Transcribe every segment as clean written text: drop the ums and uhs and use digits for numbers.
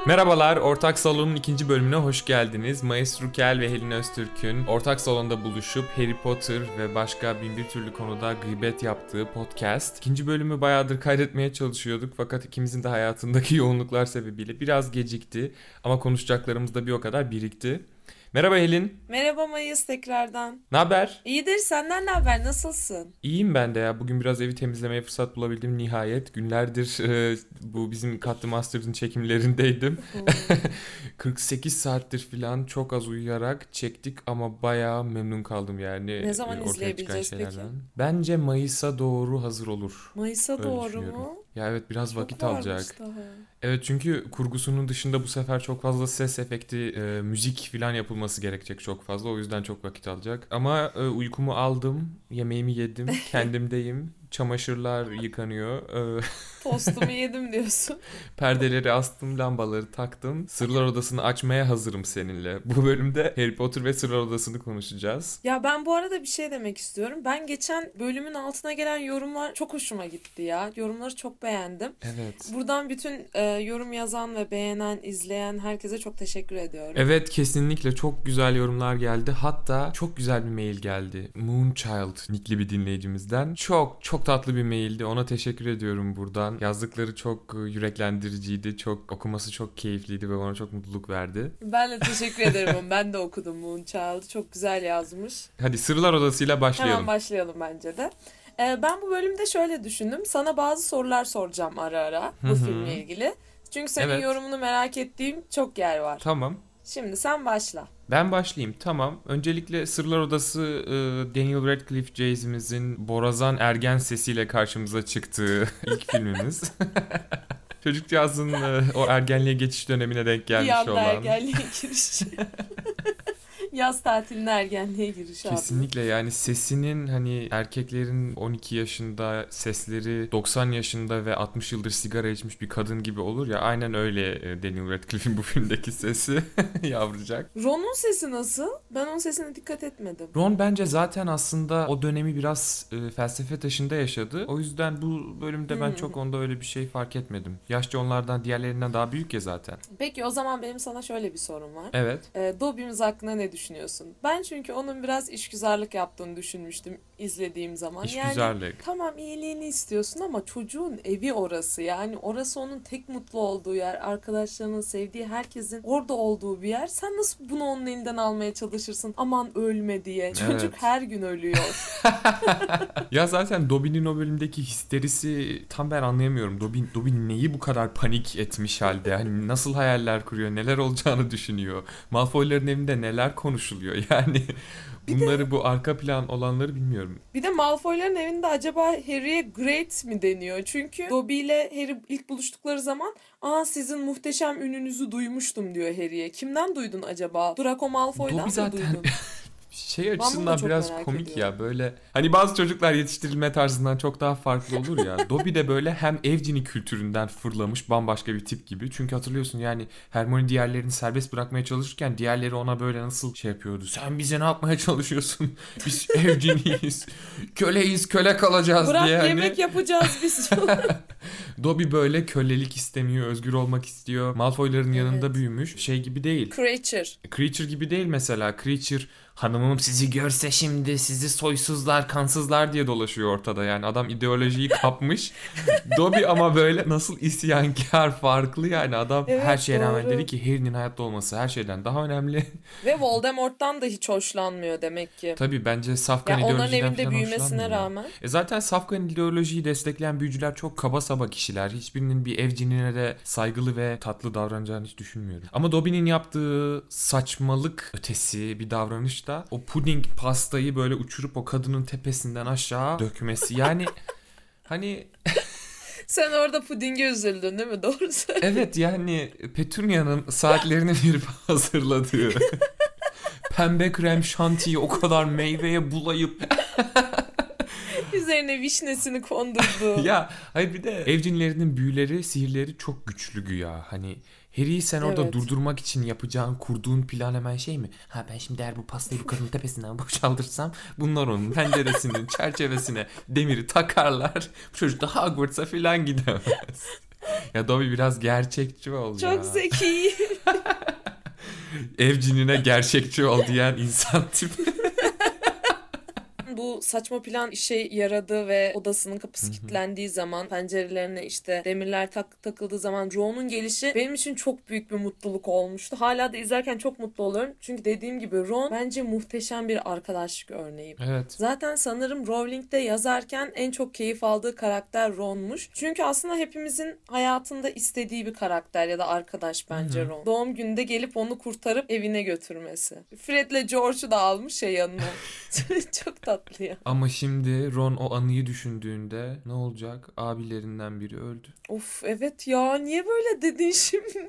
Merhabalar, Ortak Salon'un ikinci bölümüne hoş geldiniz. Mayıs Rukel ve Helin Öztürk'ün Ortak Salon'da buluşup Harry Potter ve başka bin bir türlü konuda gıybet yaptığı podcast. İkinci bölümü bayağıdır kaydetmeye çalışıyorduk fakat ikimizin de hayatındaki yoğunluklar sebebiyle biraz gecikti. Ama konuşacaklarımız da bir o kadar birikti. Merhaba Helin. Merhaba Mayıs tekrardan. Ne haber? İyidir, senden ne haber, nasılsın? İyiyim ben de ya. Bugün biraz evi temizlemeye fırsat bulabildim nihayet. Günlerdir bu bizim Katlı Masters'ın çekimlerindeydim. 48 saattir falan çok az uyuyarak çektik ama bayağı memnun kaldım yani. Ne zaman ortaya çıkan izleyebileceğiz peki? şeylerden. Bence Mayıs'a doğru hazır olur. Mayıs'a Öyle doğru düşünüyorum. mu? Ya evet biraz Çok vakit varmış alacak. daha. Evet çünkü kurgusunun dışında bu sefer çok fazla ses efekti, müzik falan yapılması gerekecek çok fazla. O yüzden çok vakit alacak. Ama uykumu aldım, yemeğimi yedim, kendimdeyim. Çamaşırlar yıkanıyor. Tostumu yedim diyorsun. Perdeleri astım, lambaları taktım. Sırlar Odası'nı açmaya hazırım seninle. Bu bölümde Harry Potter ve Sırlar Odası'nı konuşacağız. Ya ben bu arada bir şey demek istiyorum. Ben geçen bölümün altına gelen yorumlar çok hoşuma gitti ya. Yorumları çok beğendim. Evet. Buradan bütün yorum yazan ve beğenen, izleyen herkese çok teşekkür ediyorum. Evet kesinlikle çok güzel yorumlar geldi. Hatta çok güzel bir mail geldi. Moonchild nickli bir dinleyicimizden. Çok tatlı bir maildi. Ona teşekkür ediyorum buradan. Yazdıkları çok yüreklendiriciydi. Çok okuması çok keyifliydi ve bana çok mutluluk verdi. Ben de teşekkür ederim. Ben de okudum Moonchild'ı. Çok güzel yazmış. Hadi Sırlar Odası'yla başlayalım. Hemen başlayalım bence de. Ben bu bölümde şöyle düşündüm. Sana bazı sorular soracağım ara ara bu filmle ilgili. Çünkü senin Evet. yorumunu merak ettiğim çok yer var. Tamam. Şimdi sen başla. Ben başlayayım. Tamam. Öncelikle Sırlar Odası Daniel Radcliffe Jace'imizin borazan ergen sesiyle karşımıza çıktığı ilk filmimiz. Çocukcağızın o ergenliğe geçiş dönemine denk Bir gelmiş anda olan. ergenliğe giriş. Yaz tatiline ergenliğe giriş abi. Kesinlikle yani sesinin hani erkeklerin 12 yaşında sesleri 90 yaşında ve 60 yıldır sigara içmiş bir kadın gibi olur ya, aynen öyle Daniel Radcliffe'in bu filmdeki sesi yavrucak. Ron'un sesi nasıl? Ben onun sesine dikkat etmedim. Ron bence zaten aslında o dönemi biraz felsefe taşında yaşadı. O yüzden bu bölümde ben çok onda öyle bir şey fark etmedim. Yaşça onlardan diğerlerinden daha büyük ya zaten. Peki o zaman benim sana şöyle bir sorum var. Evet. Dobby'miz hakkında ne düşünüyorsun? Ben çünkü onun biraz işgüzarlık yaptığını düşünmüştüm izlediğim zaman. İşgüzarlık. Yani tamam iyiliğini istiyorsun ama çocuğun evi orası. Yani orası onun tek mutlu olduğu yer. Arkadaşlarının, sevdiği herkesin orada olduğu bir yer. Sen nasıl bunu onun elinden almaya çalışırsın? Aman ölme diye. Çocuk Evet. her gün ölüyor. Ya zaten Dobby'nin o bölümdeki histerisi tam ben anlayamıyorum. Dobby neyi bu kadar panik etmiş halde? Hani nasıl hayaller kuruyor, neler olacağını düşünüyor. Malfoy'ların evinde neler konuşuluyor yani. Bunları bu arka plan olanları bilmiyorum. Bir de Malfoy'ların evinde acaba Harry'e Great mi deniyor? Çünkü Dobby ile Harry ilk buluştukları zaman sizin muhteşem ününüzü duymuştum diyor Harry'e. Kimden duydun acaba? Draco Malfoy'dan Dobby mı zaten duydun? şey bunu da açısından çok biraz merak komik ediyorum. ya, böyle hani bazı çocuklar yetiştirilme tarzından çok daha farklı olur ya. Dobby de böyle hem evcini kültüründen fırlamış bambaşka bir tip gibi. Çünkü hatırlıyorsun yani Hermione diğerlerini serbest bırakmaya çalışırken diğerleri ona böyle nasıl şey yapıyordu. Sen bize ne yapmaya çalışıyorsun? Biz evciniyiz. Köleyiz, köle kalacağız Bırak diye. yemek yapacağız biz. Dobby böyle kölelik istemiyor, özgür olmak istiyor. Malfoy'ların yanında Evet. büyümüş. Şey gibi değil. Creature. Creature gibi değil mesela. Creature hanımım sizi görse şimdi sizi soysuzlar, kansızlar diye dolaşıyor ortada. Yani adam ideolojiyi kapmış. Dobby ama böyle nasıl isyankar, farklı yani. Adam Evet, her şeye rağmen doğru. dedi ki Harry'nin hayatta olması her şeyden daha önemli. Ve Voldemort'tan da hiç hoşlanmıyor demek ki. Tabii bence safkan Ya onların ideolojiden evinde falan büyümesine hoşlanmıyor. rağmen. Zaten safkan ideolojiyi destekleyen büyücüler çok kaba saba kişiler. Hiçbirinin bir evcinine de saygılı ve tatlı davranacağını hiç düşünmüyorum. Ama Dobby'nin yaptığı saçmalık ötesi bir davranış da o puding pastayı böyle uçurup o kadının tepesinden aşağı dökmesi. Yani hani Sen orada pudinge üzüldün değil mi? Doğru söylüyorsun. evet yani Petunia'nın saatlerini verip hazırladığı pembe krem şantiyi o kadar meyveye bulayıp Üzerine vişnesini kondurdu. ya hayır bir de evcinlerinin büyüleri, sihirleri çok güçlü güya. Hani Harry'i sen orada Evet. durdurmak için yapacağın, kurduğun plan hemen şey mi? Ha ben şimdi eğer bu pastayı bu kadının tepesinden boşaltırsam bunlar onun penceresinin çerçevesine demiri takarlar. Bu çocuk da Hogwarts'a falan gidemez. Ya Dobby biraz gerçekçi ol ya. Çok zeki. Ev cinine gerçekçi ol diyen insan tipi. Bu saçma plan işe yaradı ve odasının kapısı kilitlendiği zaman, pencerelerine işte demirler takıldığı zaman Ron'un gelişi benim için çok büyük bir mutluluk olmuştu. Hala da izlerken çok mutlu oluyorum. Çünkü dediğim gibi Ron bence muhteşem bir arkadaşlık örneği. Evet. Zaten sanırım Rowling'de yazarken en çok keyif aldığı karakter Ron'muş. Çünkü aslında hepimizin hayatında istediği bir karakter ya da arkadaş bence Ron. Doğum gününde gelip onu kurtarıp evine götürmesi. Fred'le George'u da almış ya yanına. Çok tatlı ya. Ama şimdi Ron o anıyı düşündüğünde ne olacak? Abilerinden biri öldü. Of evet ya, niye böyle dedin şimdi?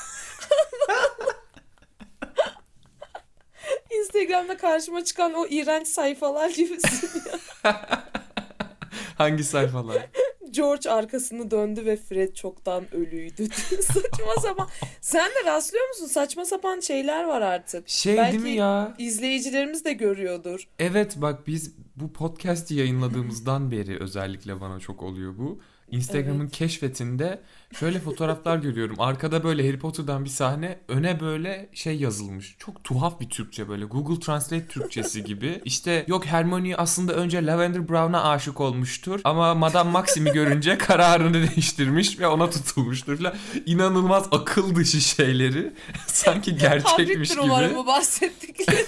Instagram'da karşıma çıkan o iğrenç sayfalar gibisin ya. Hangi sayfalar? George arkasını döndü ve Fred çoktan ölüydü. Saçma sapan. Sen de rastlıyor musun? Saçma sapan şeyler var artık. Değil mi ya? İzleyicilerimiz de görüyordur. Evet bak, biz bu podcast'i yayınladığımızdan beri özellikle bana çok oluyor bu. Instagram'ın keşfetinde şöyle fotoğraflar görüyorum. Arkada böyle Harry Potter'dan bir sahne, öne böyle şey yazılmış. Çok tuhaf bir Türkçe, böyle Google Translate Türkçesi gibi. İşte yok, Hermione aslında önce Lavender Brown'a aşık olmuştur ama Madame Maxim'i görünce kararını değiştirmiş ve ona tutulmuştur falan. İnanılmaz akıl dışı şeyleri sanki gerçekmiş gibi. Umarım bu bahsettikleri.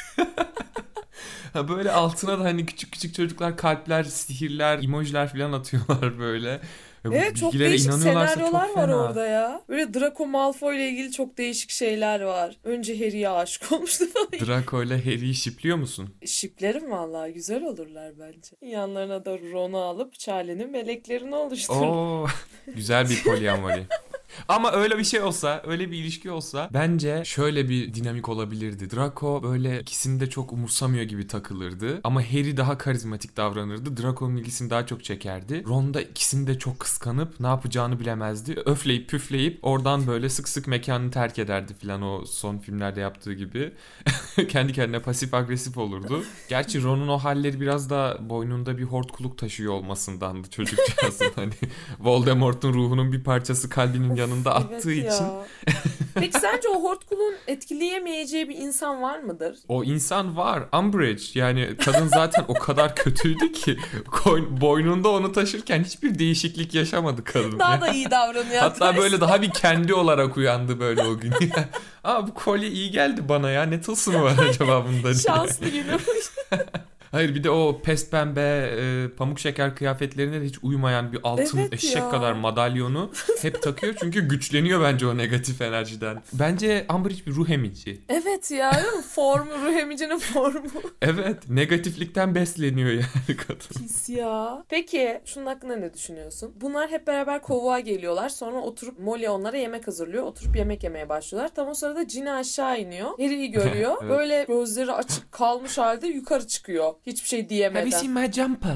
Ha böyle altına da hani küçük küçük çocuklar kalpler, sihirler, emojiler falan atıyorlar böyle. Evet, çok değişik senaryolar var orada ya. Böyle Draco Malfoy ile ilgili çok değişik şeyler var. Önce Harry'ye aşık olmuştu falan. Draco ile Harry'yi şipliyor musun? Şiplerim vallahi, güzel olurlar bence. Yanlarına da Ron'u alıp Charlie'nin meleklerini oluşturur. Oo, güzel bir polyamory. Ama öyle bir şey olsa, öyle bir ilişki olsa bence şöyle bir dinamik olabilirdi. Draco böyle ikisini de çok umursamıyor gibi takılırdı. Ama Harry daha karizmatik davranırdı. Draco'nun ilgisini daha çok çekerdi. Ron da ikisini de çok kıskanıp ne yapacağını bilemezdi. Öfleyip püfleyip oradan böyle sık sık mekanını terk ederdi falan, o son filmlerde yaptığı gibi. Kendi kendine pasif agresif olurdu. Gerçi Ron'un o halleri biraz da boynunda bir hortkuluk taşıyor olmasındandı çocukcağızın. Hani Voldemort'un ruhunun bir parçası kalbinin yanında attığı için. Peki sence o hortkuluğun etkileyemeyeceği bir insan var mıdır? O insan var. Umbridge. Yani kadın zaten o kadar kötüydü ki boynunda onu taşırken hiçbir değişiklik yaşamadı kadın. Daha da iyi davranıyor. Hatta böyle daha bir kendi olarak uyandı böyle o gün. Aa, bu kolye iyi geldi bana ya. Ne tılsımı var acaba bunda? Şanslı günümüz. Hayır, bir de o pes pembe pamuk şeker kıyafetlerine de hiç uymayan bir altın eşek kadar madalyonu hep takıyor. Çünkü güçleniyor bence o negatif enerjiden. Bence Umbridge bir ruh emici. Evet ya, formu, ruh emicinin formu. Evet, negatiflikten besleniyor yani kadın. Pis ya. Peki şunun hakkında ne düşünüyorsun? Bunlar hep beraber kovuğa geliyorlar. Sonra oturup Molly onlara yemek hazırlıyor. Oturup yemek yemeye başlıyorlar. Tam o sırada Ginny aşağı iniyor. Harry'i görüyor. Evet. Böyle gözleri açık kalmış halde yukarı çıkıyor. Hiçbir şey diyemeden. Have you seen my jumper?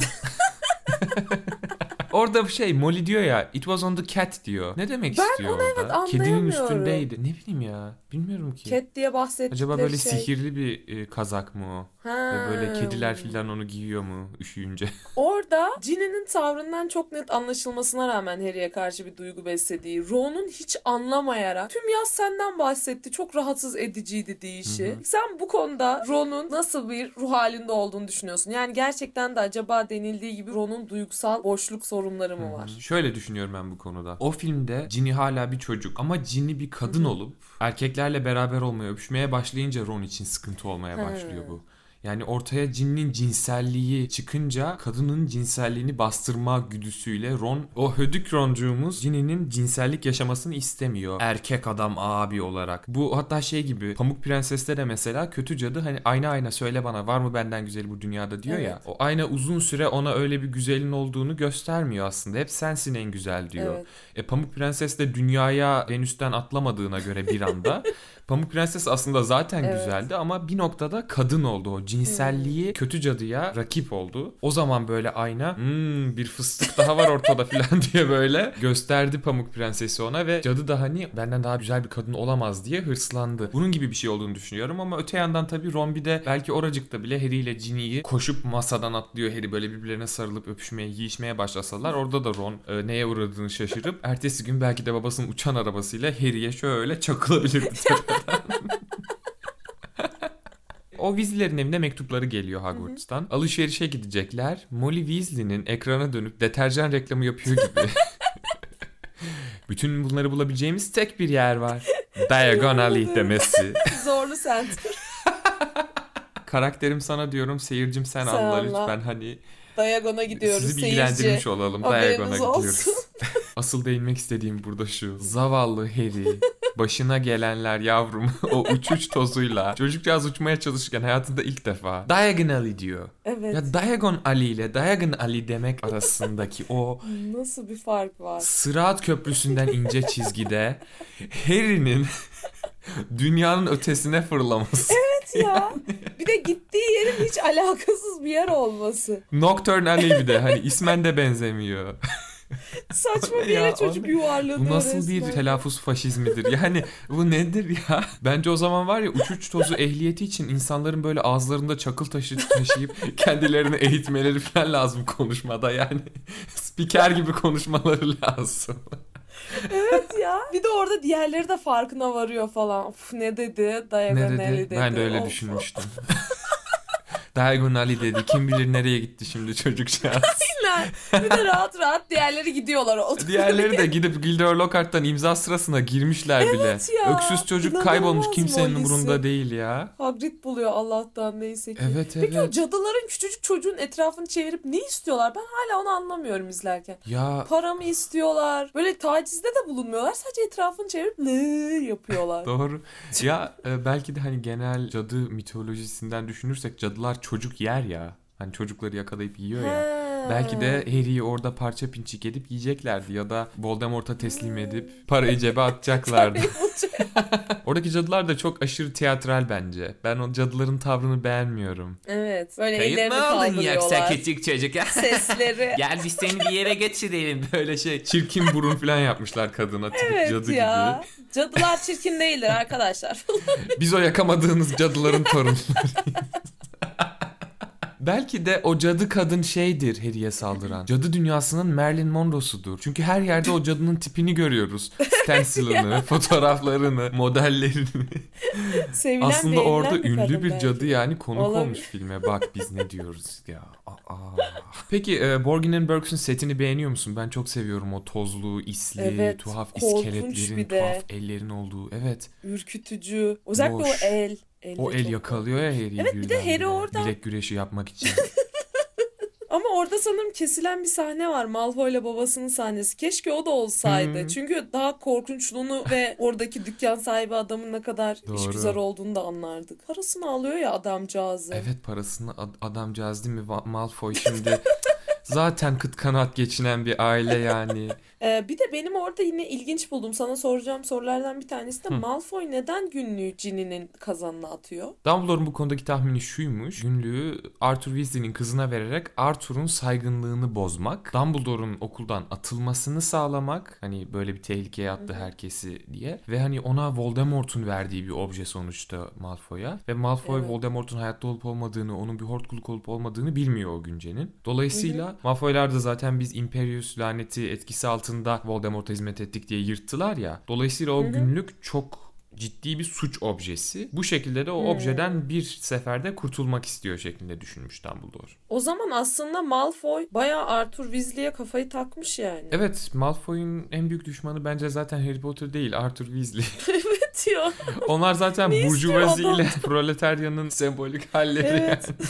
Orada Molly diyor ya, it was on the cat diyor. Ne demek istiyor orada? Ben onu evet Kedinin üstündeydi. Ne bileyim ya. Bilmiyorum ki. Cat diye bahsettikleri acaba böyle sihirli bir kazak mı o? Ha. Böyle kediler falan onu giyiyor mu üşüyünce? Orada Ginny'nin tavrından çok net anlaşılmasına rağmen Harry'e karşı bir duygu beslediği, Ron'un hiç anlamayarak tüm yaz senden bahsetti, çok rahatsız ediciydi deyişi. Hı-hı. Sen bu konuda Ron'un nasıl bir ruh halinde olduğunu düşünüyorsun? Yani gerçekten de acaba denildiği gibi Ron'un duygusal boşluk sorunları mı var? Hı-hı. Şöyle düşünüyorum ben bu konuda. O filmde Ginny hala bir çocuk ama Ginny bir kadın olup erkeklerle beraber olmaya, öpüşmeye başlayınca Ron için sıkıntı olmaya başlıyor bu. Yani ortaya Ginny'nin cinselliği çıkınca kadının cinselliğini bastırma güdüsüyle Ron, o hödük Roncuğumuz Ginny'nin cinsellik yaşamasını istemiyor. Erkek adam abi olarak. Bu hatta gibi, Pamuk Prenses'te de mesela kötü cadı hani ayna söyle bana var mı benden güzeli bu dünyada diyor ya. O ayna uzun süre ona öyle bir güzelin olduğunu göstermiyor aslında. Hep sensin en güzel diyor. Evet. Pamuk Prenses de dünyaya Venüs'ten atlamadığına göre bir anda Pamuk Prenses aslında zaten Evet. güzeldi ama bir noktada kadın oldu o. Cinselliği kötü cadıya rakip oldu. O zaman böyle ayna bir fıstık daha var ortada falan diye böyle gösterdi Pamuk Prenses'i ona ve cadı da hani benden daha güzel bir kadın olamaz diye hırslandı. Bunun gibi bir şey olduğunu düşünüyorum ama öte yandan tabii Ron bir de belki oracıkta bile Harry ile Ginny'yi koşup masadan atlıyor. Harry böyle birbirlerine sarılıp öpüşmeye, yiyişmeye başlasalar orada da Ron neye uğradığını şaşırıp ertesi gün belki de babasının uçan arabasıyla Harry'ye şöyle çakılabilirdi. O Weasley'lerin evine mektupları geliyor Hogwarts'tan. Alışverişe gidecekler. Molly Weasley'nin ekrana dönüp deterjan reklamı yapıyor gibi. Bütün bunları bulabileceğimiz tek bir yer var. Diagon Alley demesi. Zorlu center. Karakterim sana diyorum, seyircim sen anla lütfen hani. Diagon'a gidiyoruz Sizi seyirci. bilgilendirmiş olalım. Haberiniz Diagon'a gidiyoruz. olsun. Asıl değinmek istediğim burada şu. Zavallı Harry. Başına gelenler yavrum. O uçuş tozuyla. Çocukcağız uçmaya çalışırken hayatında ilk defa Diagon Alley diyor. Evet. Ya Diagon Alley ile Diagon Alley demek arasındaki o Nasıl bir fark var? Sırat Köprüsü'nden ince çizgide Harry'nin dünyanın ötesine fırlaması. Evet ya. Bir de gittiği yerin hiç alakasız bir yer olması. Nocturne Alley bir de hani ismen de benzemiyor. Saçma bir yere Ya, çocuk yuvarlanıyor Bu nasıl bir resmen. telaffuz faşizmidir? Yani bu nedir ya? Bence o zaman var ya uçuş tozu ehliyeti için insanların böyle ağızlarında çakıl taşı taşıyıp kendilerini eğitmeleri falan lazım konuşmada yani. Spiker gibi konuşmaları lazım. Evet ya. Bir de orada diğerleri de farkına varıyor falan. Of ne dedi? Diagon Alley dedi. Ben de öyle Of. düşünmüştüm. Diagon Alley dedi. Kim bilir nereye gitti şimdi çocukcağız. Bir de rahat rahat diğerleri gidiyorlar. Diğerleri de gidip Gilderoy Lockhart'tan imza sırasına girmişler bile. ya. Öksüz çocuk İnanılmaz kaybolmuş, kimsenin Molly'si. umurunda değil ya. Hagrid buluyor Allah'tan neyse ki. Evet, Peki o evet. cadıların küçücük çocuğun etrafını çevirip ne istiyorlar? Ben hala onu anlamıyorum izlerken. Ya Para mı istiyorlar? Böyle tacizde de bulunmuyorlar. Sadece etrafını çevirip ne yapıyorlar. doğru. Ya belki de hani genel cadı mitolojisinden düşünürsek cadılar çocuk yer ya. Hani çocukları yakalayıp yiyor ya. Ha. Belki de Harry'i orada parça pinçik edip yiyeceklerdi ya da Voldemort'a teslim edip parayı cebe atacaklardı. Oradaki cadılar da çok aşırı tiyatral bence. Ben o cadıların tavrını beğenmiyorum. Evet. Böyle ellerini kaldırıyorlar. küçük çocuk? Sesleri. Gel biz seni bir yere geçirelim. Böyle şey çirkin burun falan yapmışlar kadına. Tipik Evet cadı ya. gibi. Cadılar çirkin değildir arkadaşlar. Biz o yakamadığınız cadıların torunları. Belki de o cadı kadın şeydir Harry'e saldıran. Cadı dünyasının Marilyn Monroe'sudur. Çünkü her yerde o cadının tipini görüyoruz. Stencil'ını, fotoğraflarını, modellerini. Sevilen Aslında beğenilen orada bir ünlü kadın bir belki. cadı yani konuk Olabilir. olmuş filme. Bak biz ne diyoruz ya. Peki Borgin Burkes'ün setini beğeniyor musun? Ben çok seviyorum o tozlu, isli, Evet, tuhaf korkunç iskeletlerin, bir de. tuhaf ellerin olduğu. Evet. Ürkütücü. Özellikle Boş. o el. O de el çok yakalıyor ya Harry'i Evet, bir de birdenbire. Harry orada- Bilek güreşi yapmak için. Ama orada sanırım kesilen bir sahne var. Malfoy'la babasının sahnesi. Keşke o da olsaydı. Çünkü daha korkunçluğunu ve oradaki dükkan sahibi adamın ne kadar Doğru. işgüzar olduğunu da anlardık. Parasını alıyor ya adamcağızı. Evet parasını adamcağız değil mi? Malfoy şimdi zaten kıt kanaat geçinen bir aile yani. Bir de benim orada yine ilginç buldum. Sana soracağım sorulardan bir tanesi de Malfoy neden günlüğü Ginny'nin kazanına atıyor? Dumbledore'un bu konudaki tahmini şuymuş. Günlüğü Arthur Weasley'nin kızına vererek Arthur'un saygınlığını bozmak. Dumbledore'un okuldan atılmasını sağlamak. Hani böyle bir tehlikeye attı herkesi diye. Ve hani ona Voldemort'un verdiği bir obje sonuçta Malfoy'a. Ve Malfoy Evet. Voldemort'un hayatta olup olmadığını, onun bir hortkuluk olup olmadığını bilmiyor o güncenin. Dolayısıyla Malfoy'lar da zaten biz Imperius laneti etkisi altında Voldemort'a hizmet ettik diye yırttılar ya. Dolayısıyla o günlük çok ciddi bir suç objesi. Bu şekilde de o objeden bir seferde kurtulmak istiyor şeklinde düşünmüş Dumbledore. O zaman aslında Malfoy bayağı Arthur Weasley'e kafayı takmış yani. Evet, Malfoy'un en büyük düşmanı bence zaten Harry Potter değil, Arthur Weasley. Evet ya. Onlar zaten Ne burjuvazi istiyor ile adam? proletaryanın sembolik halleri Evet. yani.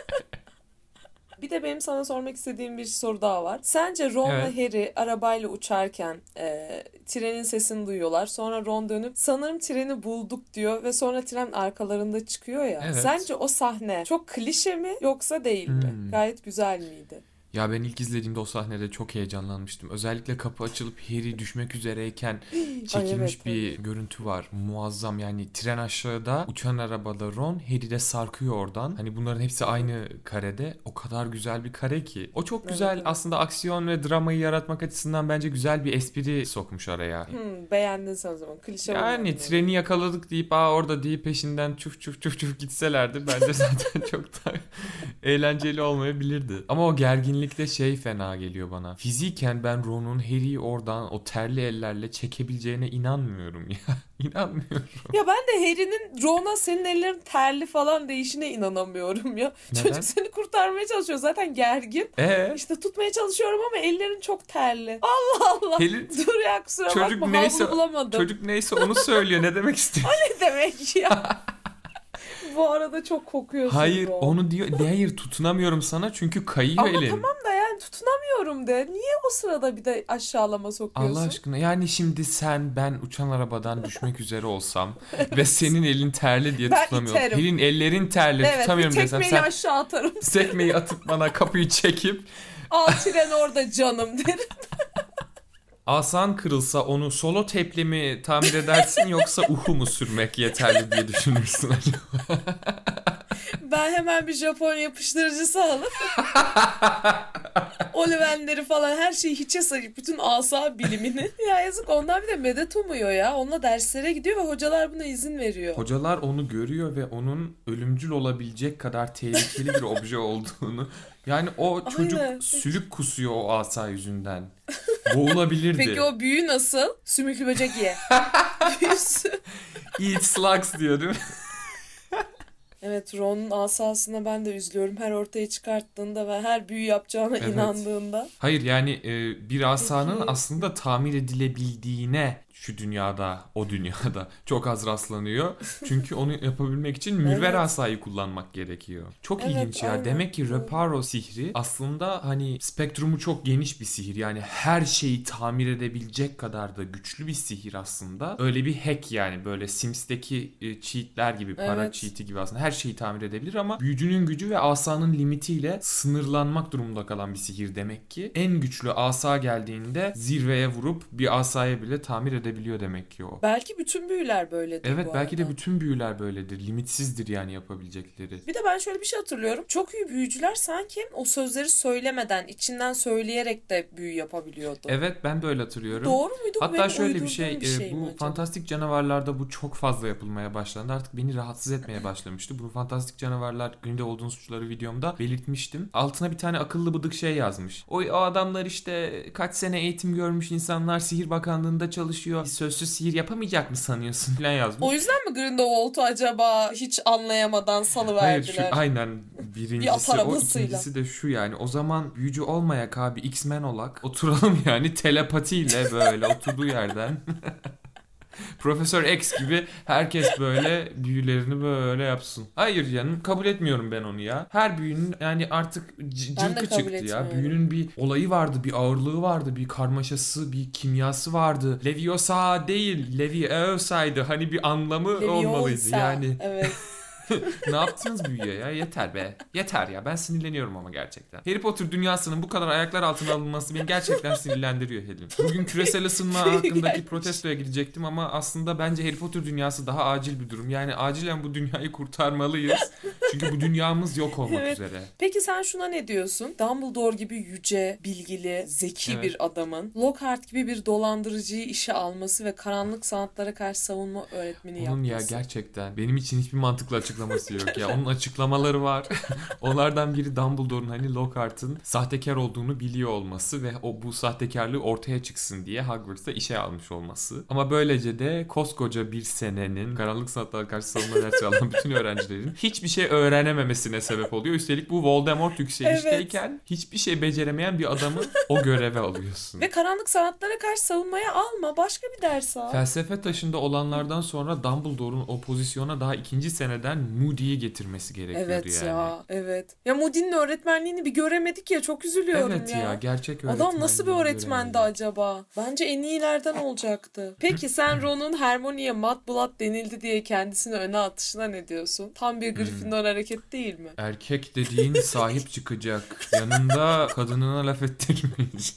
Bir de benim sana sormak istediğim bir soru daha var. Sence Ron Evet. ve Harry arabayla uçarken trenin sesini duyuyorlar. Sonra Ron dönüp sanırım treni bulduk diyor ve sonra tren arkalarında çıkıyor ya. Evet. Sence o sahne çok klişe mi yoksa değil mi? Gayet güzel miydi? Ya ben ilk izlediğimde o sahnede çok heyecanlanmıştım. Özellikle kapı açılıp Harry düşmek üzereyken çekilmiş evet, bir görüntü var. Muazzam yani, tren aşağıda, uçan arabada Ron, Harry de sarkıyor oradan. Hani bunların hepsi aynı karede. O kadar güzel bir kare ki. O çok güzel evet. aslında, aksiyon ve dramayı yaratmak açısından bence güzel bir espri sokmuş araya. Beğendin sen o zaman. Klişe Yani bulmadın treni yakaladık deyip orada deyip peşinden çuf çuf çuf çuf gitselerdi bence zaten çok da eğlenceli olmayabilirdi. Ama o gerginlikte fena geliyor bana. Fiziken ben Ron'un Harry'i oradan o terli ellerle çekebileceğine inanmıyorum ya. İnanmıyorum. Ya ben de Harry'nin Ron'a senin ellerin terli falan deyişine inanamıyorum ya. Neden? Çocuk seni kurtarmaya çalışıyor. Zaten gergin. İşte tutmaya çalışıyorum ama ellerin çok terli. Allah Allah. Dur ya, kusura çocuk bakma. neyse, Havlu bulamadım. çocuk neyse onu söylüyor. Ne demek istiyor? Ne demek ya? Bu arada çok kokuyorsun Hayır, Ron. onu diyor. Hayır, tutunamıyorum sana çünkü kayıyor Ama elin. tamam da yani tutunamıyorum de. Niye o sırada bir de aşağılama sokuyorsun? Allah aşkına, yani şimdi ben uçan arabadan düşmek üzere olsam ve senin elin terli diye Ben tutunamıyorum. iterim. Elin ellerin terli, Evet, tutamıyorum bir desem, tekmeyi sen aşağı atarım. tekmeyi atıp bana kapıyı çekip Al tren orada canım derim. asan kırılsa onu solo teple mi tamir edersin yoksa uhu mu sürmek yeterli diye düşünürsün acaba? Ben hemen bir Japon yapıştırıcısı alıp olivenleri falan her şeyi hiçe sayıp bütün asa bilimini. Ya yazık, ondan bir de medet umuyor ya. Onunla derslere gidiyor ve hocalar buna izin veriyor. Hocalar onu görüyor ve onun ölümcül olabilecek kadar tehlikeli bir obje olduğunu. Yani o çocuk Aynen. sülük kusuyor o asa yüzünden. Boğulabilirdi. Peki o büyü nasıl? Sümüklü böcek ye. Büyüsü. Eat slugs diyor değil mi? Evet, Ron'un asasına ben de üzülüyorum. Her ortaya çıkarttığında ve her büyü yapacağına Evet. inandığında. Hayır yani bir asanın Peki. aslında tamir edilebildiğine şu dünyada, o dünyada çok az rastlanıyor. Çünkü onu yapabilmek için mürver Evet. asayı kullanmak gerekiyor. Çok Evet, ilginç ya. aynen. Demek ki Reparo sihri aslında hani spektrumu çok geniş bir sihir. Yani her şeyi tamir edebilecek kadar da güçlü bir sihir aslında. Öyle bir hack yani, böyle Sims'teki cheatler gibi, para Evet. cheat'i gibi aslında her şeyi tamir edebilir ama büyücünün gücü ve asanın limitiyle sınırlanmak durumunda kalan bir sihir demek ki. En güçlü asa geldiğinde zirveye vurup bir asaya bile tamir edebiliyor demek ki o. Belki bütün büyüler böyledir Evet, bu belki de arada. bütün büyüler böyledir. Limitsizdir yani yapabilecekleri. Bir de ben şöyle bir şey hatırlıyorum. Çok iyi büyücüler sanki o sözleri söylemeden, içinden söyleyerek de büyü yapabiliyordu. Evet, ben de öyle hatırlıyorum. Doğru muydu? Hatta Benim şöyle bir uydurduğum şey, mi bu acaba? fantastik canavarlarda bu çok fazla yapılmaya başlandı. Artık beni rahatsız etmeye başlamıştı. Bu fantastik canavarlar günde olduğun suçları videomda belirtmiştim. Altına bir tane akıllı bıdık yazmış. O adamlar işte kaç sene eğitim görmüş insanlar, Sihir Bakanlığı'nda çalışıyor. Sözsüz sihir yapamayacak mı sanıyorsun falan yazmış. O yüzden mi Grindelwald'u acaba hiç anlayamadan Hayır, salıverdiler? aynen Bir birincisi at o, arabasıyla. ikincisi de şu, yani o zaman büyücü olmayak abi, X-Men olak oturalım yani telepatiyle böyle oturduğu yerden Profesör X gibi herkes böyle büyülerini böyle yapsın. Hayır canım, kabul etmiyorum ben onu ya. Her büyünün yani artık Ben de cılkı kabul çıktı ya. etmiyorum. Büyünün bir olayı vardı, bir ağırlığı vardı, bir karmaşası, bir kimyası vardı. Leviosa değil, Leviosa'ydı. Hani bir anlamı olmalıydı Leviosa. yani. Evet. Ne yaptınız büyüye ya? Yeter be. Yeter ya. Ben sinirleniyorum ama gerçekten. Harry Potter dünyasının bu kadar ayaklar altına alınması beni gerçekten sinirlendiriyor Helin. Bugün küresel ısınma hakkındaki Gelmiş. protestoya gidecektim ama aslında bence Harry Potter dünyası daha acil bir durum. Yani acilen bu dünyayı kurtarmalıyız. Çünkü bu dünyamız yok olmak Evet. üzere. Peki sen şuna ne diyorsun? Dumbledore gibi yüce, bilgili, zeki Evet. bir adamın Lockhart gibi bir dolandırıcıyı işe alması ve karanlık sanatlara karşı savunma öğretmeni Onun ya yapması. gerçekten benim için hiçbir mantıklı açıklaması yok ya. Onun açıklamaları var. Onlardan biri Dumbledore'un hani Lockhart'ın sahtekar olduğunu biliyor olması ve bu sahtekarlığı ortaya çıksın diye Hogwarts'ta işe almış olması. Ama böylece de koskoca bir senenin karanlık sanatlara karşı savunma dersi alan bütün öğrencilerin hiçbir şey öğrenememesine sebep oluyor. Üstelik bu Voldemort yükselişteyken hiçbir şey beceremeyen bir adamı o göreve alıyorsun. Ve karanlık sanatlara karşı savunmaya alma. Başka bir ders al. Felsefe taşında olanlardan sonra Dumbledore'un o pozisyona daha ikinci seneden Moody'yi getirmesi gerekiyordu Evet yani. ya, evet. Ya Moody'nin öğretmenliğini bir göremedik ya, çok üzülüyorum Evet ya. ya, gerçek öğretmen. Adam nasıl bir öğretmendi acaba? Bence en iyilerden olacaktı. Peki sen Ron'un Hermione'ye Mudblood denildi diye kendisini öne atışına ne diyorsun? Tam bir Gryffindor hareket değil mi? Erkek dediğin sahip çıkacak. Yanında kadınına laf ettirmeyecek.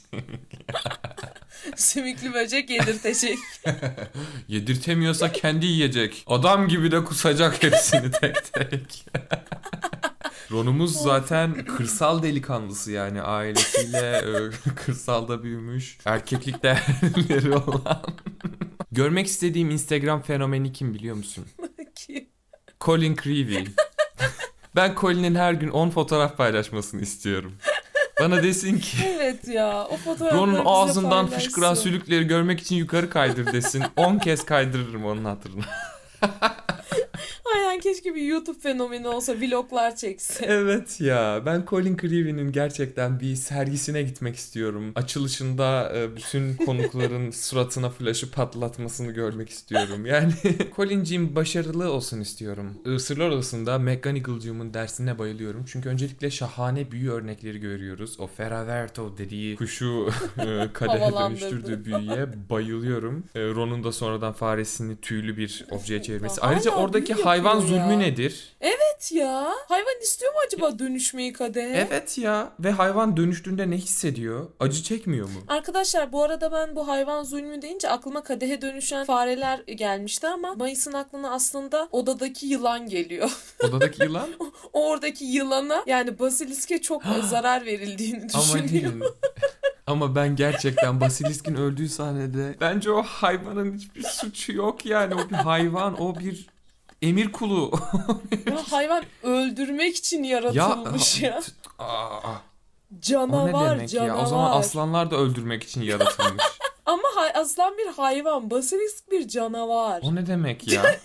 Sümüklü böcek yedirtecek. Yedirtemiyorsa kendi yiyecek. Adam gibi de kusacak hepsini tek tek. Ron'umuz zaten kırsal delikanlısı, yani ailesiyle kırsalda büyümüş. Erkeklik değerleri olan. Görmek istediğim Instagram fenomeni kim biliyor musun? Kim? Colin Creevy. Ben Colin'in her gün 10 fotoğraf paylaşmasını istiyorum. Bana desin ki Evet ya, o fotoğrafları Ron'un bize ağzından paylaşsın. fışkıran sülükleri görmek için yukarı kaydır desin. 10 kez kaydırırım onun hatırına. Aynen, keşke bir YouTube fenomeni olsa, vloglar çekse. Evet ya, ben Colin Creevy'nin gerçekten bir sergisine gitmek istiyorum. Açılışında bütün konukların suratına flaşı patlatmasını görmek istiyorum. Yani Colin'ciğim başarılı olsun istiyorum. Sırlar Odası'nda McGonagall'cığımın dersine bayılıyorum. Çünkü öncelikle şahane büyü örnekleri görüyoruz. O Ferraverto dediği kuşu kadehe Havalandırdı. dönüştürdüğü büyüye bayılıyorum. Ron'un da sonradan faresini tüylü bir objeye çevirmesi. Hala Ayrıca büyü oradaki yapıyor hayvan ya. zulmü nedir? Evet ya. Hayvan istiyor mu acaba dönüşmeyi kadehe? Evet ya, ve hayvan dönüştüğünde ne hissediyor? Acı çekmiyor mu? Arkadaşlar, bu arada ben bu hayvan zulmü deyince aklıma kadehe dönüşen fareler gelmişti ama Mayıs'ın aklına aslında odadaki yılan geliyor. Odadaki yılan? O oradaki yılana, yani basiliske çok zarar verildiğini Ama düşünüyor. değil. Ama ben gerçekten Basilisk'in öldüğü sahnede bence o hayvanın hiçbir suçu yok yani. O bir hayvan, o bir emir kulu. Ya hayvan öldürmek için yaratılmış ya. Aa, o ne Canavar, demek canavar. ya? O zaman aslanlar da öldürmek için yaratılmış. Ama aslan bir hayvan, basilisk bir canavar. O ne demek ya?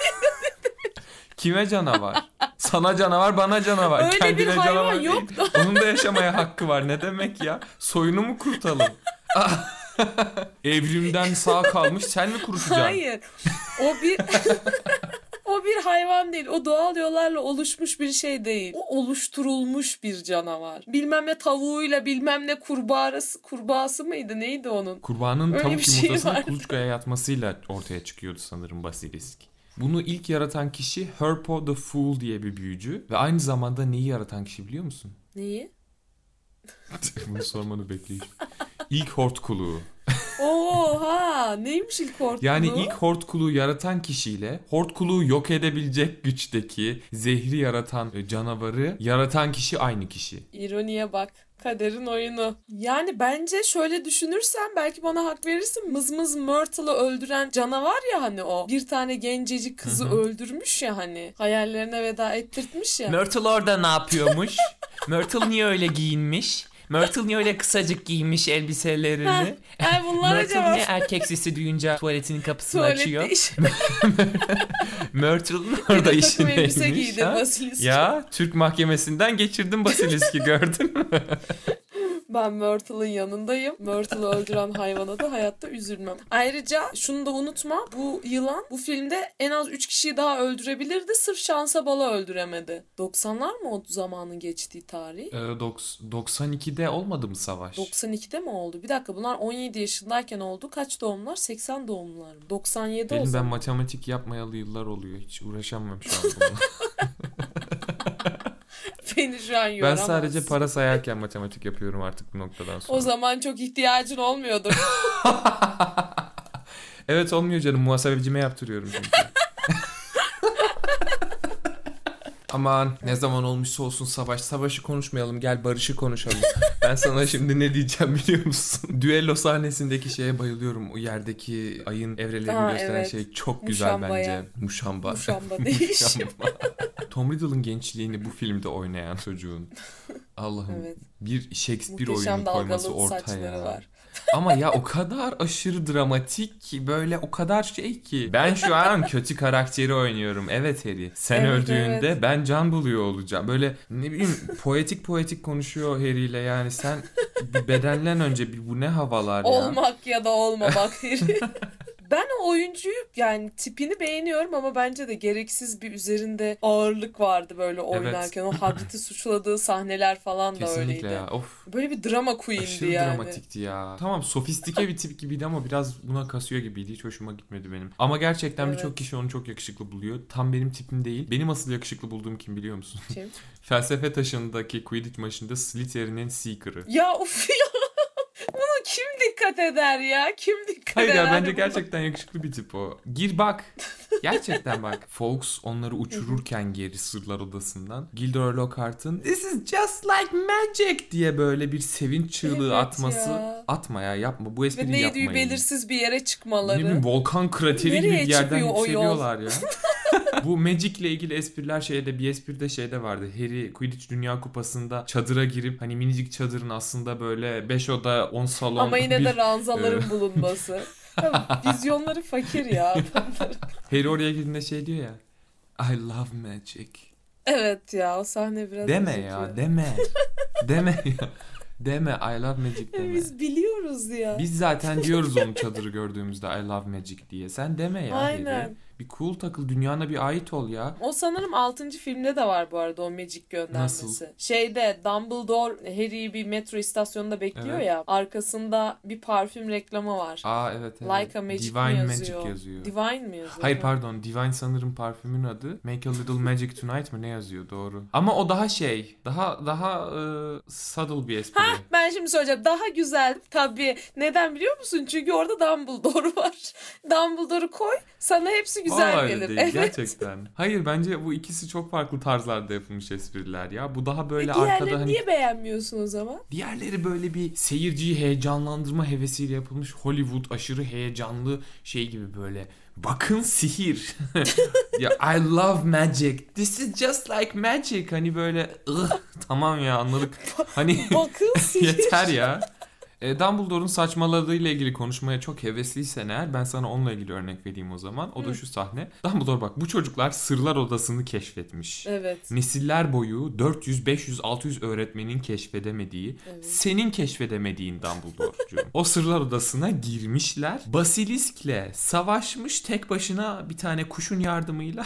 Kime canavar? Sana canavar, bana canavar. Öyle Kendine bir hayvan canavar yok değil. Onun da yaşamaya hakkı var. Ne demek ya? Soyunu mu kurutalım? Evrimden sağ kalmış, sen mi kurutacaksın? Hayır. O bir o bir hayvan değil. O doğal yollarla oluşmuş bir şey değil. O oluşturulmuş bir canavar. Bilmem ne tavuğuyla bilmem ne kurbağası mıydı? Neydi onun? Kurbanın Öyle tavuk bir şey yumurtasını var. kuluçkaya yatmasıyla ortaya çıkıyordu sanırım basilisk. Bunu ilk yaratan kişi Herpo the Fool diye bir büyücü. Ve aynı zamanda neyi yaratan kişi biliyor musun? Neyi? Bunu sormanı bekliyorum. İlk hortkuluğu. Oha! Neymiş ilk hortkuluğu? Yani ilk hortkuluğu yaratan kişiyle hortkuluğu yok edebilecek güçteki zehri yaratan canavarı yaratan kişi aynı kişi. İroniye bak. Kaderin oyunu. Yani bence şöyle düşünürsen belki bana hak verirsin. Mızmız Myrtle'ı öldüren canavar ya hani o. Bir tane gencecik kızı öldürmüş ya hani. Hayallerine veda ettirtmiş ya. Myrtle orada ne yapıyormuş? Myrtle niye öyle giyinmiş? Myrtle niye öyle kısacık giymiş elbiselerini? Ay bunlara Myrtle cevap. niye erkek sesi duyunca tuvaletinin kapısını açıyor? Tuvalette iş. Myrtle'ın Bir orada de işi takım elbise neymiş? giydi Ha? Basilisk. Ya Türk mahkemesinden geçirdim Basilisk'i, gördün mü? Ben Myrtle'ın yanındayım. Myrtle'ı öldüren hayvana da hayatta üzülmem. Ayrıca şunu da unutma. Bu yılan bu filmde en az 3 kişiyi daha öldürebilirdi. Sırf şansa bala öldüremedi. 90'lar mı o zamanın geçtiği tarih? 92'de olmadı mı savaş? 92'de mi oldu? Bir dakika, bunlar 17 yaşındayken oldu. Kaç doğumlar? 80 doğumlar mı? 97 o Ben zaman. matematik yapmayalı yıllar oluyor. Hiç uğraşamam şu an bununla. Beni şu an Ben yoramaz. sadece para sayarken matematik yapıyorum artık bu noktadan sonra. O zaman çok ihtiyacın olmuyordur. Evet, olmuyor canım. Muhasebecime yaptırıyorum çünkü. Aman ne zaman olmuşsa olsun savaş. Savaşı konuşmayalım, gel barışı konuşalım. Ben sana şimdi ne diyeceğim biliyor musun? Düello sahnesindeki şeye bayılıyorum. O yerdeki ayın evrelerini gösteren evet. şey çok güzel Muşamba'ya. bence. Muşamba. Muşamba değişim. Tom Riddle'ın gençliğini bu filmde oynayan çocuğun. Allah'ım, Evet. bir Shakespeare Muhteşem oyunu koyması dalgalı ortaya. saçları var. Ama ya o kadar aşırı dramatik ki, böyle o kadar şey ki. Ben şu an kötü karakteri oynuyorum. Evet Harry. Sen Evet, öldüğünde evet. ben can buluyor olacağım. Böyle ne bileyim poetik konuşuyor Harry ile, yani sen bir bedenlen önce, bir bu ne havalar ya. Olmak ya da olmamak. Ben o oyuncuyu yani tipini beğeniyorum ama bence de gereksiz bir üzerinde ağırlık vardı böyle oynarken. O Hagrid'i suçladığı sahneler falan da Kesinlikle öyleydi. ya. Of. Böyle bir drama queen'di Aşırı yani. dramatikti ya. Tamam, sofistike bir tip gibiydi ama biraz buna kasıyor gibiydi. Hiç hoşuma gitmedi benim. Ama gerçekten Evet. birçok kişi onu çok yakışıklı buluyor. Tam benim tipim değil. Benim asıl yakışıklı bulduğum kim biliyor musun? Kim? Felsefe taşındaki Quidditch maçında Slytherin'in Seeker'ı. Ya of ya. Bunu kim dikkat eder ya? Kim dikkat Hayır eder? ya, bence buna? gerçekten yakışıklı bir tip o. Gir bak. Gerçekten bak. Fawkes onları uçururken geri Sırlar Odası'ndan Gilderoy Lockhart'ın "This is just like magic" diye böyle bir sevinç çığlığı Evet atması. ya. Atma ya, yapma. Bu Ve espriyi neydi yapmayın. belirsiz bir yere Ne çıkmaları. bileyim, volkan krateri gibi Nereye bir yerden çıkıyor o yol? yükseliyorlar ya. Bu Magic'le ilgili espriler bir espride vardı. Harry Quidditch Dünya Kupası'nda çadıra girip hani minicik çadırın aslında böyle 5 oda 10 salon Ama yine de bir... ranzaların bulunması. Ya, vizyonları fakir ya adamların. Harry oraya girdiğinde diyor ya, I love magic. Evet ya, o sahne biraz Deme üzücü. ya, deme. Deme ya. Deme, I love magic deme. Biz biliyoruz ya. Biz zaten diyoruz onu çadırı gördüğümüzde I love magic diye. Sen deme ya Aynen. Harry. Bir cool takıl, dünyana bir ait ol ya. O sanırım 6. filmde de var bu arada o Magic göndermesi. Nasıl? Dumbledore Harry'i bir metro istasyonunda bekliyor Evet. ya. Arkasında bir parfüm reklamı var. Aa evet. Like a Magic Divine mi Magic yazıyor? yazıyor. Divine mi yazıyor? Hayır pardon, Divine sanırım parfümün adı. Make a little magic tonight mı ne yazıyor, doğru. Ama o daha daha subtle bir espri. Ben şimdi söyleyeceğim. Daha güzel tabii. Neden biliyor musun? Çünkü orada Dumbledore var. Dumbledore'u koy, sana hepsi güzel Vallahi gelir. değil, Evet. gerçekten. Hayır, bence bu ikisi çok farklı tarzlarda yapılmış espriler ya. Bu daha böyle Diğerlerini arkada hani... niye beğenmiyorsun o zaman? Diğerleri böyle bir seyirciyi heyecanlandırma hevesiyle yapılmış Hollywood aşırı heyecanlı gibi böyle. Bakın sihir. Ya I love magic. This is just like magic. Hani böyle tamam ya, anladık. Hani Bakın sihir. yeter ya. Dumbledore'un saçmaladığıyla ilgili konuşmaya çok hevesliysen eğer, ben sana onunla ilgili örnek vereyim o zaman. O da şu sahne. Dumbledore bak, bu çocuklar Sırlar Odası'nı keşfetmiş. Evet. Nesiller boyu 400, 500, 600 öğretmenin keşfedemediği, Evet. senin keşfedemediğin Dumbledore'cuğum. O Sırlar Odası'na girmişler. Basilisk'le savaşmış tek başına bir tane kuşun yardımıyla.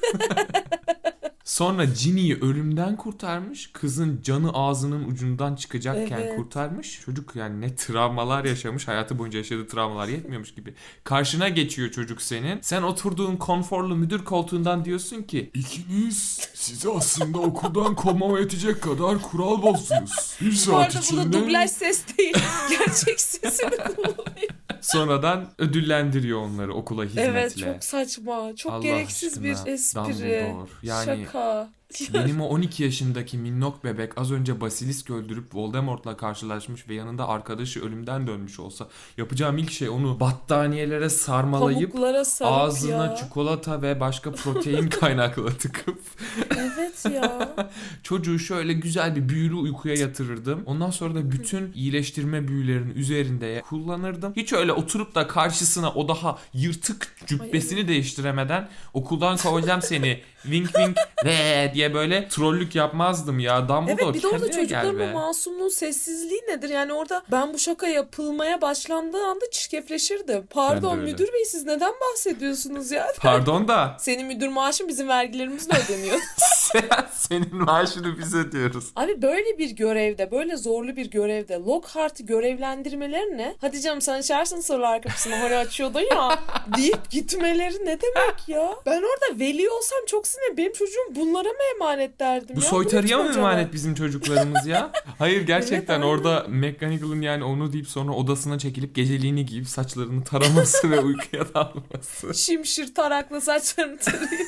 Sonra Ginny'yi ölümden kurtarmış. Kızın canı ağzının ucundan çıkacakken Evet. kurtarmış. Çocuk yani ne travmalar yaşamış. Hayatı boyunca yaşadığı travmalar yetmiyormuş gibi. Karşına geçiyor çocuk senin. Sen oturduğun konforlu müdür koltuğundan diyorsun ki İkiniz sizi aslında okuldan kovmama yetecek kadar kural bozdunuz. Bir Bu saat arada bu da içinde... dublaj ses değil. Gerçek sesini kullanıyor. sonradan ödüllendiriyor onları okula hizmetle. Evet, çok saçma. Çok Allah gereksiz bir aşkına, espri. Dumbledore. Yani Şaka. benim o 12 yaşındaki minnok bebek az önce basilisk öldürüp Voldemort'la karşılaşmış ve yanında arkadaşı ölümden dönmüş olsa yapacağım ilk şey onu battaniyelere sarmalayıp Pamuklara sarıp ağzına ya. çikolata ve başka protein kaynaklı tıkıp Evet ya. çocuğu şöyle güzel bir büyülü uykuya yatırırdım. Ondan sonra da bütün iyileştirme büyülerinin üzerinde kullanırdım. Hiç öyle oturup da karşısına o daha yırtık cübbesini değiştiremeden okuldan kovacağım seni wink wink diye böyle trollük yapmazdım ya. Dumbledore Evet, bir de orada kendine gel çocukların be. o masumluğun sessizliği nedir? Yani orada ben bu şaka yapılmaya başlandığı anda çirkefleşirdim. Pardon öyle. müdür bey, siz neden bahsediyorsunuz ya? Pardon da Senin müdür maaşın bizim vergilerimizle ödeniyor. senin maaşını biz ödüyoruz. Abi böyle bir görevde, böyle zorlu bir görevde Lockhart'ı görevlendirmeleri ne? Hadi canım sen açarsın Sırlar Kapısı'nı, hani açıyordun ya deyip gitmeleri ne demek ya? Ben orada veli olsam çok sinir. Benim çocuğum bunlara mı emanet derdim Bu ya? soytarıya Bu mı ne acaba? emanet bizim çocuklarımız ya? Hayır gerçekten Evet, aynen. orada McGonagall'ın yani onu deyip sonra odasına çekilip geceliğini giyip saçlarını taraması ve uykuya dalması. Şimşir taraklı saçlarını tarıyor.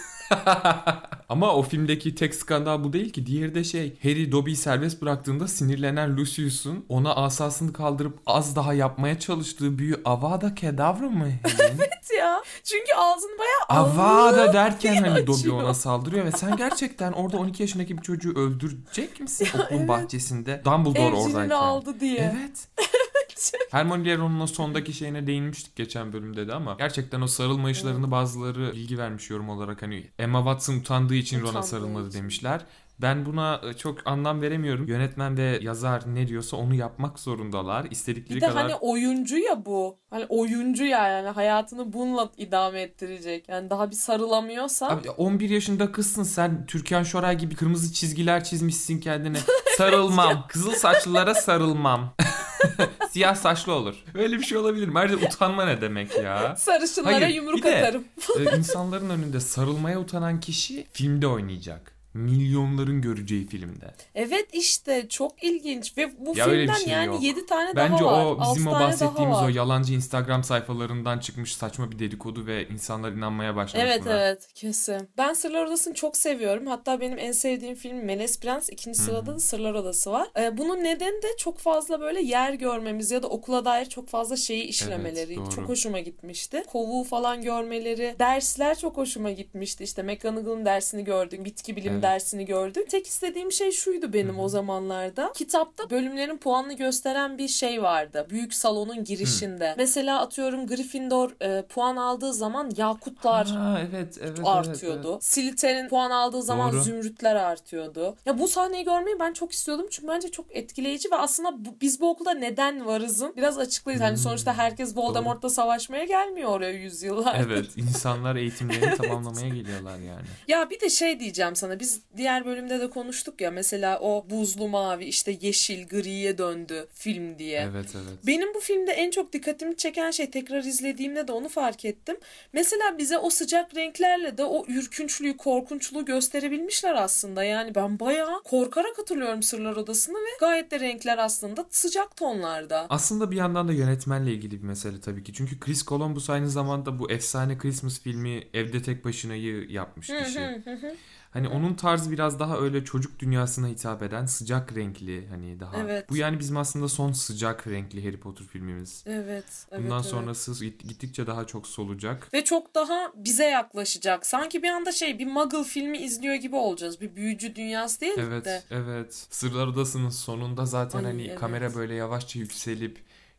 Ama o filmdeki tek skandal bu değil ki. Diğeri de Harry Dobby'yi serbest bıraktığında sinirlenen Lucius'un ona asasını kaldırıp az daha yapmaya çalıştığı büyü Avada Kedavra mı? Evet ya. Çünkü ağzını bayağı Avada derken hani açıyor. Dobby ona saldırıyor ve sen gerçekten orada 12 yaşındaki bir çocuğu öldürecek misin okulun Evet. bahçesinde? Dumbledore evcilini oradayken. aldı diye. Evet. Hermione Ron'un o sondaki şeyine değinmiştik geçen bölümde de ama gerçekten o sarılma işlerini bazıları bilgi vermiş yorum olarak, hani Emma Watson utandığı için Ron'a Utandığı sarılmadı için. demişler. Ben buna çok anlam veremiyorum. Yönetmen ve yazar ne diyorsa onu yapmak zorundalar. İstedikleri Bir de kadar... hani oyuncu ya bu. Hani oyuncu yani hayatını bununla idame ettirecek. Yani daha bir sarılamıyorsa. Abi 11 yaşında kızsın sen, Türkan Şoray gibi kırmızı çizgiler çizmişsin kendine. Sarılmam. Kızıl saçlılara sarılmam. Siyah saçlı olur. Öyle bir şey olabilir mi? Ayrıca utanma ne demek ya? Sarışınlara Hayır, yumruk bir de, atarım. insanların önünde sarılmaya utanan kişi filmde oynayacak. Milyonların göreceği filmde. Evet işte çok ilginç ve bu Ya öyle bir filmden şey yani yok. 7 tane Bence daha var. o bizim 6 o tane bahsettiğimiz daha o var. yalancı Instagram sayfalarından çıkmış saçma bir dedikodu ve insanlar inanmaya başlamış Evet buna. evet kesin. Ben Sırlar Odası'nı çok seviyorum. Hatta benim en sevdiğim film Melez Prens. İkinci sırada da Sırlar Odası var. Bunun nedeni de çok fazla böyle yer görmemiz ya da okula dair çok fazla şeyi işlemeleri. Evet, doğru. Çok hoşuma gitmişti. Kovuğu falan görmeleri. Dersler çok hoşuma gitmişti. İşte McGonagall'ın dersini gördük. Bitki bilimi Evet. dersini gördük. Tek istediğim şey şuydu benim o zamanlarda. Kitapta bölümlerin puanını gösteren bir şey vardı. Büyük salonun girişinde. Mesela atıyorum Gryffindor puan aldığı zaman yakutlar Evet. artıyordu. Evet. Slytherin puan aldığı zaman Doğru. zümrütler artıyordu. Ya bu sahneyi görmeyi ben çok istiyordum çünkü bence çok etkileyici ve aslında biz bu okulda neden varızın biraz açıklayız. Hani sonuçta herkes Voldemort'la savaşmaya gelmiyor oraya yüzyıllardır. Evet, insanlar eğitimlerini tamamlamaya geliyorlar yani. Ya bir de şey diyeceğim sana, biz diğer bölümde de konuştuk ya, mesela o buzlu mavi işte yeşil griye döndü film diye. Evet. Benim bu filmde en çok dikkatimi çeken şey, tekrar izlediğimde de onu fark ettim. Mesela bize o sıcak renklerle de o ürkünçlüğü, korkunçluğu gösterebilmişler aslında. Yani ben bayağı korkarak hatırlıyorum Sırlar Odası'nı ve gayet de renkler aslında sıcak tonlarda. Aslında bir yandan da yönetmenle ilgili bir mesele tabii ki. Çünkü Chris Columbus aynı zamanda bu efsane Christmas filmi Evde Tek Başına'yı yapmış kişi. Hani onun tarzı biraz daha öyle çocuk dünyasına hitap eden sıcak renkli, hani daha. Evet. Bu yani bizim aslında son sıcak renkli Harry Potter filmimiz. Evet. Bundan evet. sonrası gittikçe daha çok solacak. Ve çok daha bize yaklaşacak. Sanki bir anda bir Muggle filmi izliyor gibi olacağız. Bir büyücü dünyası değil de. Evet. Sırlar Odası'nın sonunda zaten Ay, hani evet. kamera böyle yavaşça yükselip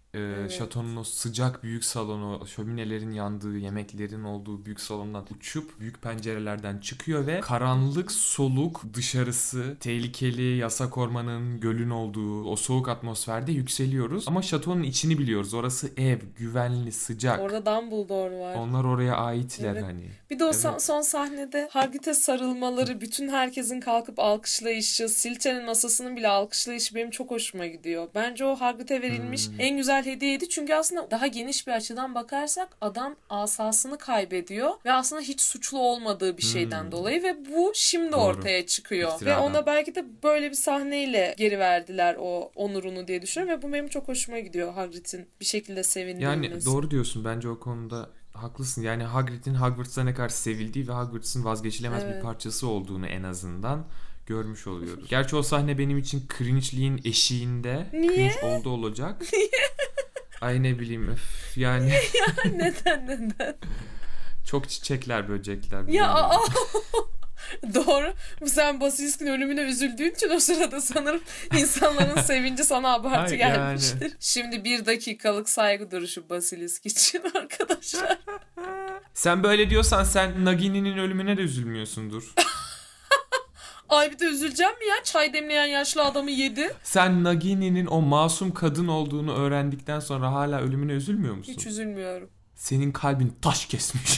şatonun o sıcak büyük salonu, şöminelerin yandığı, yemeklerin olduğu büyük salondan uçup büyük pencerelerden çıkıyor ve karanlık, soluk, dışarısı tehlikeli, yasak ormanın, gölün olduğu o soğuk atmosferde yükseliyoruz. Ama şatonun içini biliyoruz. Orası ev, güvenli, sıcak. Orada Dumbledore var. Onlar oraya aitler Evet. hani. Bir de o Evet. son sahnede Hagrid'e sarılmaları, bütün herkesin kalkıp alkışlayışı, Slytherin'in masasının bile alkışlayışı benim çok hoşuma gidiyor. Bence o Hagrid'e verilmiş en güzel hediyeydi. Çünkü aslında daha geniş bir açıdan bakarsak adam asasını kaybediyor ve aslında hiç suçlu olmadığı bir şeyden dolayı ve bu şimdi Doğru. ortaya çıkıyor. İftiradan. Ve ona belki de böyle bir sahneyle geri verdiler o onurunu diye düşünüyorum ve bu benim çok hoşuma gidiyor, Hagrid'in bir şekilde sevindiğimiz. Yani doğru diyorsun, bence o konuda haklısın. Yani Hagrid'in Hogwarts'a ne kadar sevildiği ve Hogwarts'ın vazgeçilemez bir Evet. parçası olduğunu en azından görmüş oluyoruz. Gerçi o sahne benim için cringe'liğin eşiğinde. Niye? Cringe oldu olacak. Ay ne bileyim öf, yani Neden? çok çiçekler, böcekler. Ya bilmiyorum. Doğru. Sen Basilisk'in ölümüne üzüldüğün için o sırada sanırım insanların sevinci sana abartı Ay, gelmiştir. yani. Şimdi 1 dakikalık saygı duruşu Basilisk için arkadaşlar. Sen böyle diyorsan sen Nagini'nin ölümüne de üzülmüyorsundur. Ay bir de üzüleceğim mi ya? Çay demleyen yaşlı adamı yedi. Sen Nagini'nin o masum kadın olduğunu öğrendikten sonra hala ölümüne üzülmüyor musun? Hiç üzülmüyorum. Senin kalbin taş kesmiş.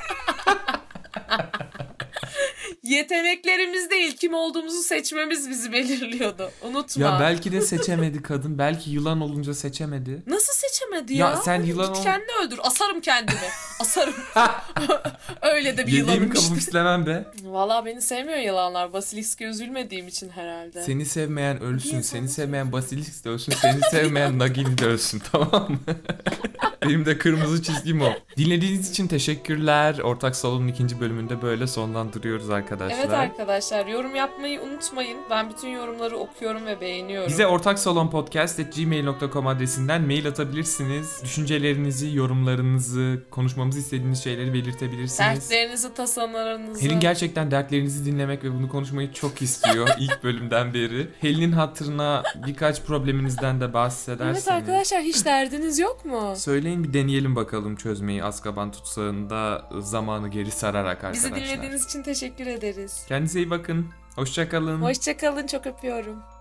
Yeteneklerimiz değil, kim olduğumuzu seçmemiz bizi belirliyordu. Unutma. Ya belki de seçemedi kadın. Belki yılan olunca seçemedi. Nasıl seçemedi ya? Ya sen yılan Git ol- kendini öldür. Asarım kendimi. Asarım. Öyle de bir Yediğimi yılanım kabuk işte. istemem be. Valla beni sevmiyor yılanlar. Basilisk'e üzülmediğim için herhalde. Seni sevmeyen ölsün. Niye Seni sana sevmeyen Basilisk de ölsün. Seni sevmeyen Nagini de ölsün. Tamam mı? Benim de kırmızı çizgim o. Dinlediğiniz için teşekkürler. Ortak Salon'un 2. bölümünde böyle sonlandırıyoruz arkadaşlar. Evet arkadaşlar, yorum yapmayı unutmayın. Ben bütün yorumları okuyorum ve beğeniyorum. Bize ortaksalonpodcast@gmail.com adresinden mail atabilirsiniz. Düşüncelerinizi, yorumlarınızı, konuşmamızı istediğiniz şeyleri belirtebilirsiniz. Dertlerinizi, tasalarınızı. Helin gerçekten dertlerinizi dinlemek ve bunu konuşmayı çok istiyor ilk bölümden beri. Helin'in hatırına birkaç probleminizden de bahsederseniz. Evet arkadaşlar, hiç derdiniz yok mu? Söyleyin, bir deneyelim bakalım çözmeyi Azkaban tutsağında zamanı geri sararak arkadaşlar. Bizi dinlediğiniz için teşekkür ederiz. Kendinize iyi bakın. Hoşçakalın. Hoşçakalın, çok öpüyorum.